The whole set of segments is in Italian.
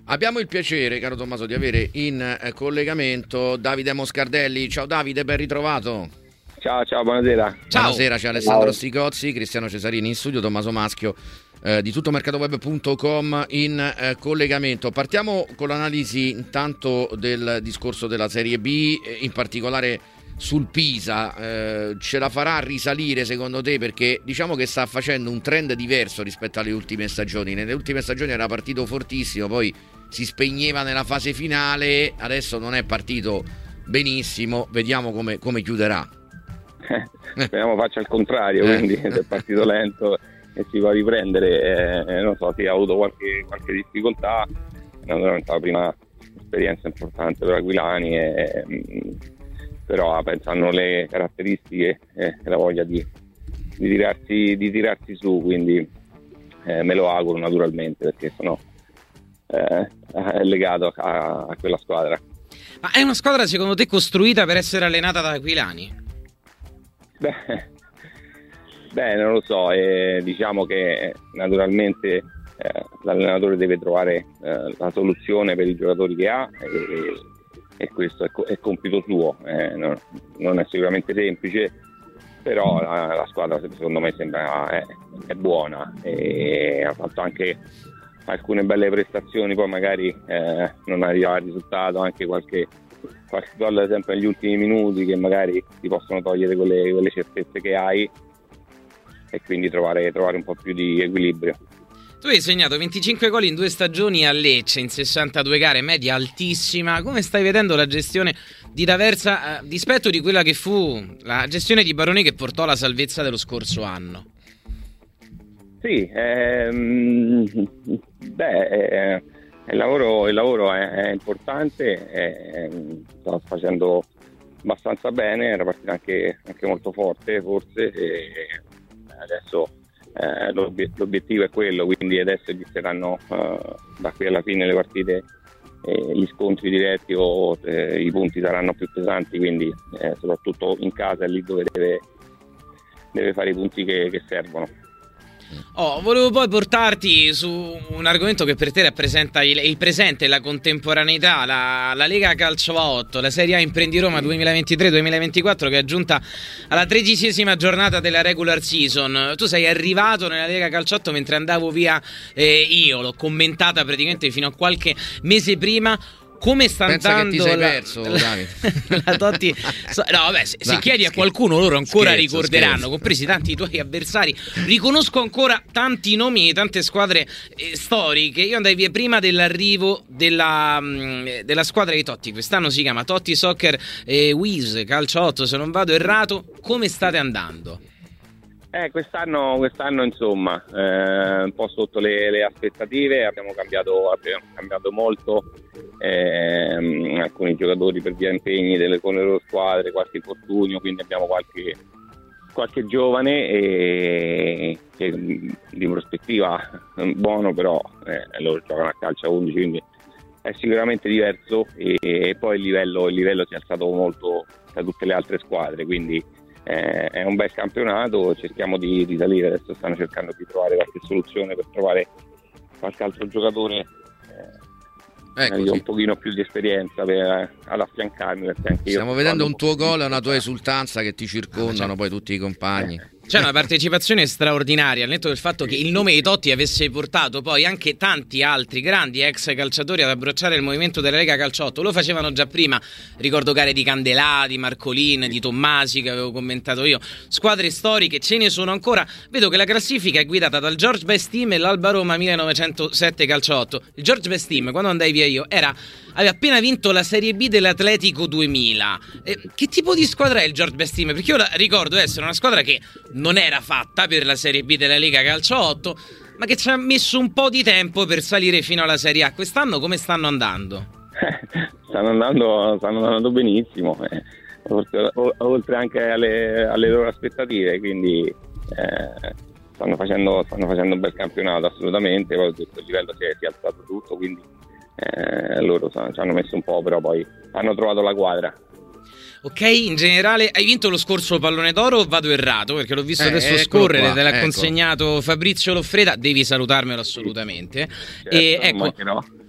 Abbiamo il piacere, caro Tommaso, di avere in collegamento Davide Moscardelli. Ciao Davide, ben ritrovato. Ciao, buonasera. Ciao. Buonasera, c'è Alessandro Sticozzi, Cristiano Cesarini in studio, Tommaso Maschio di tuttomercatoweb.com in collegamento. Partiamo con l'analisi intanto del discorso della Serie B, in particolare sul Pisa. Ce la farà risalire secondo te? Perché diciamo che sta facendo un trend diverso rispetto alle ultime stagioni. Nelle ultime stagioni era partito fortissimo, poi si spegneva nella fase finale, adesso non è partito benissimo, vediamo come chiuderà. Speriamo faccia il contrario, quindi se è partito lento e si può riprendere, non so, ha avuto qualche difficoltà, naturalmente la prima esperienza importante per Aquilani, però pensano le caratteristiche e la voglia di tirarsi su, quindi me lo auguro naturalmente, perché sono legato a quella squadra. Ma è una squadra secondo te costruita per essere allenata da Aquilani? Beh, non lo so, diciamo che naturalmente l'allenatore deve trovare la soluzione per i giocatori che ha, e questo è compito suo. Non è sicuramente semplice, però la squadra secondo me sembra è buona e ha fatto anche alcune belle prestazioni, poi magari non arriva al risultato, anche qualche gol sempre negli ultimi minuti che magari ti possono togliere quelle certezze che hai, e quindi trovare un po' più di equilibrio. Tu hai segnato 25 gol in 2 stagioni a Lecce in 62 gare, media altissima. Come stai vedendo la gestione di D'Aversa a dispetto di quella che fu la gestione di Baroni, che portò alla salvezza dello scorso anno? Sì, il lavoro è importante, sta facendo abbastanza bene, era partita anche molto forte forse, e adesso l'obiettivo è quello, quindi adesso inizieranno da qui alla fine le partite, gli scontri diretti o i punti saranno più pesanti, quindi soprattutto in casa è lì dove deve fare i punti che servono. Volevo poi portarti su un argomento che per te rappresenta il presente e la contemporaneità, la Lega Calcio a 8, la Serie A Imprendi Roma 2023-2024, che è giunta alla 13ª giornata della regular season. Tu sei arrivato nella Lega Calcio a 8 mentre andavo via io, l'ho commentata praticamente fino a qualche mese prima. Come sta andando? Pensa che ti sei perso, Davide. La Totti. No, vabbè, se chiedi a qualcuno, loro ancora ricorderanno, compresi tanti tuoi avversari. Riconosco ancora tanti nomi e tante squadre storiche. Io andai via prima dell'arrivo della squadra di Totti. Quest'anno si chiama Totti Soccer Wiz Calcio 8, se non vado errato. Come state andando? Quest'anno insomma, un po' sotto le aspettative, abbiamo cambiato molto, alcuni giocatori per via impegni con le loro squadre, qualche infortunio, quindi abbiamo qualche giovane che di prospettiva buono, però loro giocano a calcio a 11, quindi è sicuramente diverso, e poi il livello si è alzato molto da tutte le altre squadre, quindi è un bel campionato, cerchiamo di risalire. Adesso stanno cercando di trovare qualche soluzione per trovare qualche altro giocatore un pochino più di esperienza ad affiancarmi, perché anche io stiamo vedendo un tuo gol e una tua esultanza che ti circondano poi tutti i compagni. C'è una partecipazione straordinaria, al netto del fatto che il nome di Totti avesse portato poi anche tanti altri grandi ex calciatori ad abbracciare il movimento della Lega Calcio 8. Lo facevano già prima, ricordo gare di Candelà, di Marcolin, di Tommasi, che avevo commentato io. Squadre storiche, ce ne sono ancora. Vedo che la classifica è guidata dal George Best Team e l'Alba Roma 1907 Calcio 8. Il George Best Team, quando andai via io, aveva appena vinto la Serie B dell'Atletico 2000. Che tipo di squadra è il George Best Team? Perché io ricordo essere una squadra che non era fatta per la Serie B della Lega Calcio 8, ma che ci ha messo un po' di tempo per salire fino alla Serie A. Quest'anno come stanno andando? Stanno andando benissimo, oltre anche alle loro aspettative, quindi stanno facendo un bel campionato assolutamente. Poi il livello si è alzato tutto, quindi loro ci hanno messo un po', però poi hanno trovato la quadra. Ok, in generale hai vinto lo scorso Pallone d'Oro o vado errato? Perché l'ho visto adesso scorrere, te l'ha consegnato Fabrizio Loffreda, devi salutarmelo assolutamente. Certo, ecco,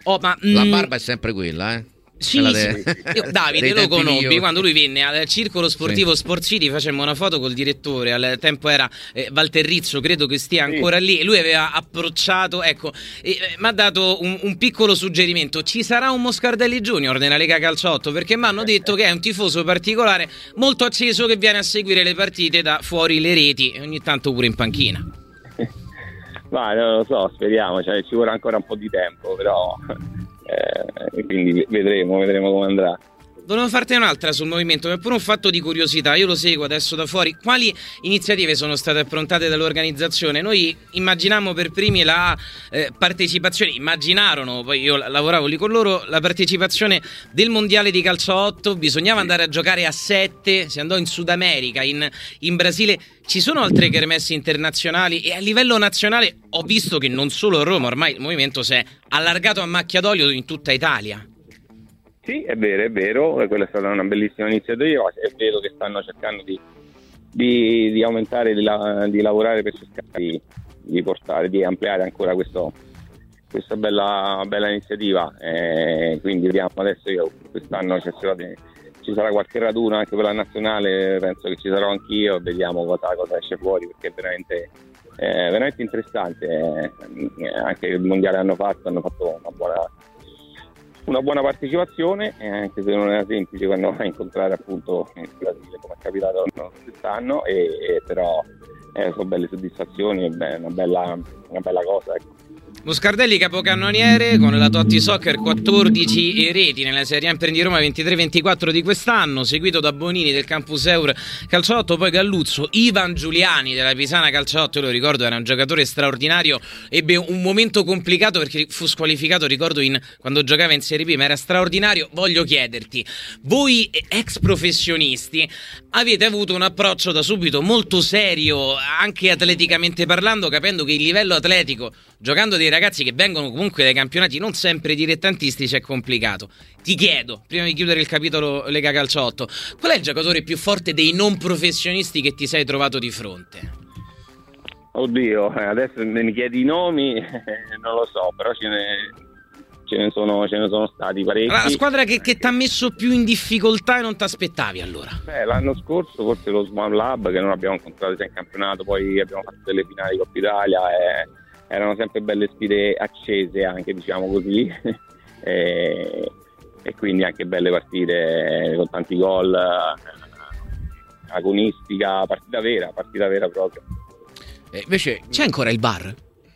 La barba è sempre quella, eh? Sì, io Davide lo conobbi quando lui venne al Circolo Sportivo Sport City, facemmo una foto col direttore, al tempo era Walter Rizzo, credo che stia ancora lì, e lui aveva approcciato, ecco, mi ha dato un piccolo suggerimento: ci sarà un Moscardelli Junior nella Lega Calciotto, perché mi hanno detto che è un tifoso particolare, molto acceso, che viene a seguire le partite da fuori le reti e ogni tanto pure in panchina. Ma non lo so, speriamo, cioè, ci vorrà ancora un po' di tempo, però quindi vedremo come andrà. Volevo farti un'altra sul movimento, è pure un fatto di curiosità, io lo seguo adesso da fuori. Quali iniziative sono state approntate dall'organizzazione? Noi immaginammo per primi la partecipazione, immaginarono, poi io lavoravo lì con loro, la partecipazione del mondiale di calcio a 8, bisognava andare a giocare a 7, si andò in Sud America, in Brasile. Ci sono altre kermesse internazionali e a livello nazionale ho visto che non solo a Roma, ormai il movimento si è allargato a macchia d'olio in tutta Italia. Sì, è vero, quella è stata una bellissima iniziativa, è vero che stanno cercando di aumentare, di lavorare per cercare di portare, di ampliare ancora questa bella iniziativa, quindi vediamo adesso. Io quest'anno ci sarà qualche raduno anche per la nazionale, penso che ci sarò anch'io, vediamo cosa esce fuori, perché è veramente interessante. Anche il mondiale hanno fatto una buona partecipazione, anche se non era semplice quando vai a incontrare appunto il Brasile, come è capitato quest'anno, però sono belle soddisfazioni, è una bella cosa, ecco. Moscardelli capocannoniere con la Totti Soccer, 14 reti nella Serie A di Roma 23-24 di quest'anno, seguito da Bonini del Campus Eur Calciotto, poi Galluzzo, Ivan Giuliani della Pisana Calciotto. Io lo ricordo, era un giocatore straordinario, ebbe un momento complicato perché fu squalificato, ricordo, quando giocava in Serie B, ma era straordinario. Voglio chiederti, voi ex professionisti avete avuto un approccio da subito molto serio, anche atleticamente parlando, capendo che il livello atletico, giocando dei ragazzi che vengono comunque dai campionati non sempre dilettantistici, è complicato. Ti chiedo, prima di chiudere il capitolo Lega Calciotto, qual è il giocatore più forte dei non professionisti che ti sei trovato di fronte? Oddio, adesso mi chiedi i nomi, non lo so, però ce ne sono stati parecchi. La squadra che ti ha messo più in difficoltà e non ti aspettavi allora? L'anno scorso forse lo Swan Lab, che non abbiamo incontrato già in campionato, poi abbiamo fatto delle finali Coppa Italia, erano sempre belle sfide accese, anche, diciamo così, e quindi anche belle partite con tanti gol, agonistica, partita vera proprio. Invece c'è ancora il VAR?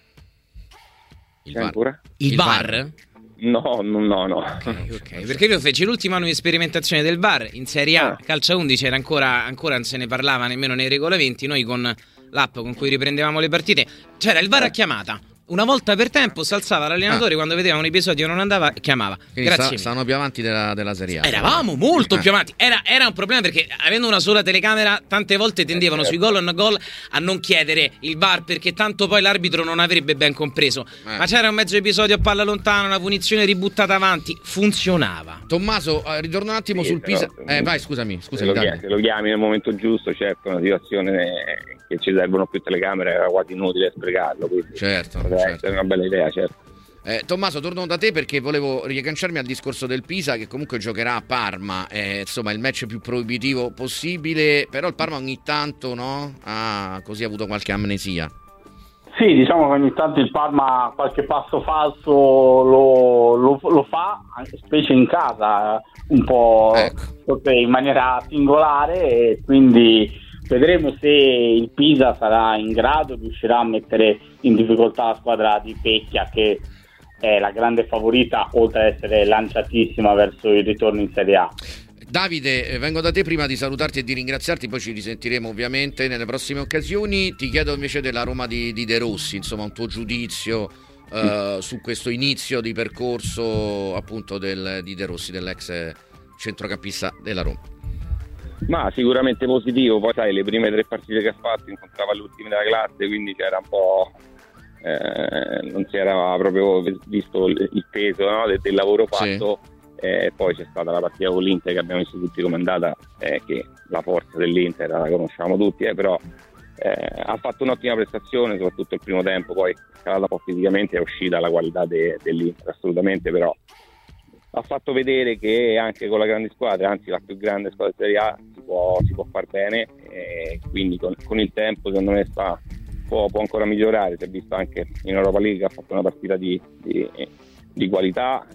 Ancora? Il VAR? No. Ok, perché io feci l'ultimo anno di sperimentazione del VAR in Serie A, calcio a 11, era ancora non se ne parlava nemmeno nei regolamenti. Noi con l'app con cui riprendevamo le partite c'era il VAR a chiamata. Una volta per tempo si alzava l'allenatore quando vedeva un episodio non andava, chiamava. Quindi Grazie. Stavano più avanti della Serie A. Eravamo molto più avanti. Era un problema perché avendo una sola telecamera tante volte tendevano sui gol on goal a non chiedere il VAR, perché tanto poi l'arbitro non avrebbe ben compreso. Ma c'era un mezzo episodio a palla lontana, una punizione ributtata avanti, funzionava. Tommaso, ritorno un attimo sul Pisa. Vai, scusami. Se lo chiami nel momento giusto, certo, una situazione che ci servono più telecamere era quasi inutile sprecarlo, quindi certo. È una bella idea, certo. Tommaso, torno da te perché volevo riagganciarmi al discorso del Pisa, che comunque giocherà a Parma, insomma il match più proibitivo possibile, però il Parma ogni tanto, no? Così ha avuto qualche amnesia. Sì, diciamo che ogni tanto il Parma qualche passo falso lo fa, specie in casa, un po' in maniera singolare, e quindi vedremo se il Pisa sarà in grado, riuscirà a mettere in difficoltà la squadra di Pecchia, che è la grande favorita, oltre ad essere lanciatissima verso il ritorno in Serie A. Davide, vengo da te prima di salutarti e di ringraziarti, poi ci risentiremo ovviamente nelle prossime occasioni. Ti chiedo invece della Roma di De Rossi, insomma un tuo giudizio su questo inizio di percorso appunto di De Rossi, dell'ex centrocampista della Roma. Ma sicuramente positivo, poi sai, le prime 3 partite che ha fatto incontrava gli ultimi della classe, quindi c'era un po' non si era proprio visto il peso, no, del lavoro fatto. Sì. Poi c'è stata la partita con l'Inter che abbiamo visto tutti come è andata, che la forza dell'Inter la conosciamo tutti, però ha fatto un'ottima prestazione, soprattutto il primo tempo, poi calata un po' fisicamente, è uscita la qualità dell'Inter assolutamente, però ha fatto vedere che anche con la grande squadra, anzi la più grande squadra di Serie A, si può far bene, e quindi con il tempo secondo me può ancora migliorare. Si è visto anche in Europa League, ha fatto una partita di qualità,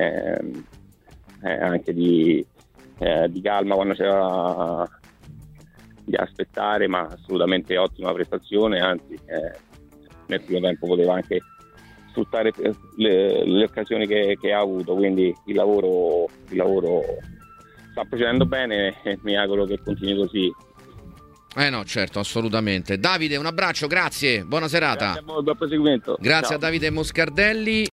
anche di calma quando c'era di aspettare, ma assolutamente ottima prestazione, anzi nel primo tempo poteva anche sfruttare le occasioni che ha avuto, quindi il lavoro sta procedendo bene e mi auguro che continui così. No, certo, assolutamente. Davide, un abbraccio, grazie, buona serata. Grazie a voi, buon proseguimento. Grazie. Ciao. A Davide Moscardelli.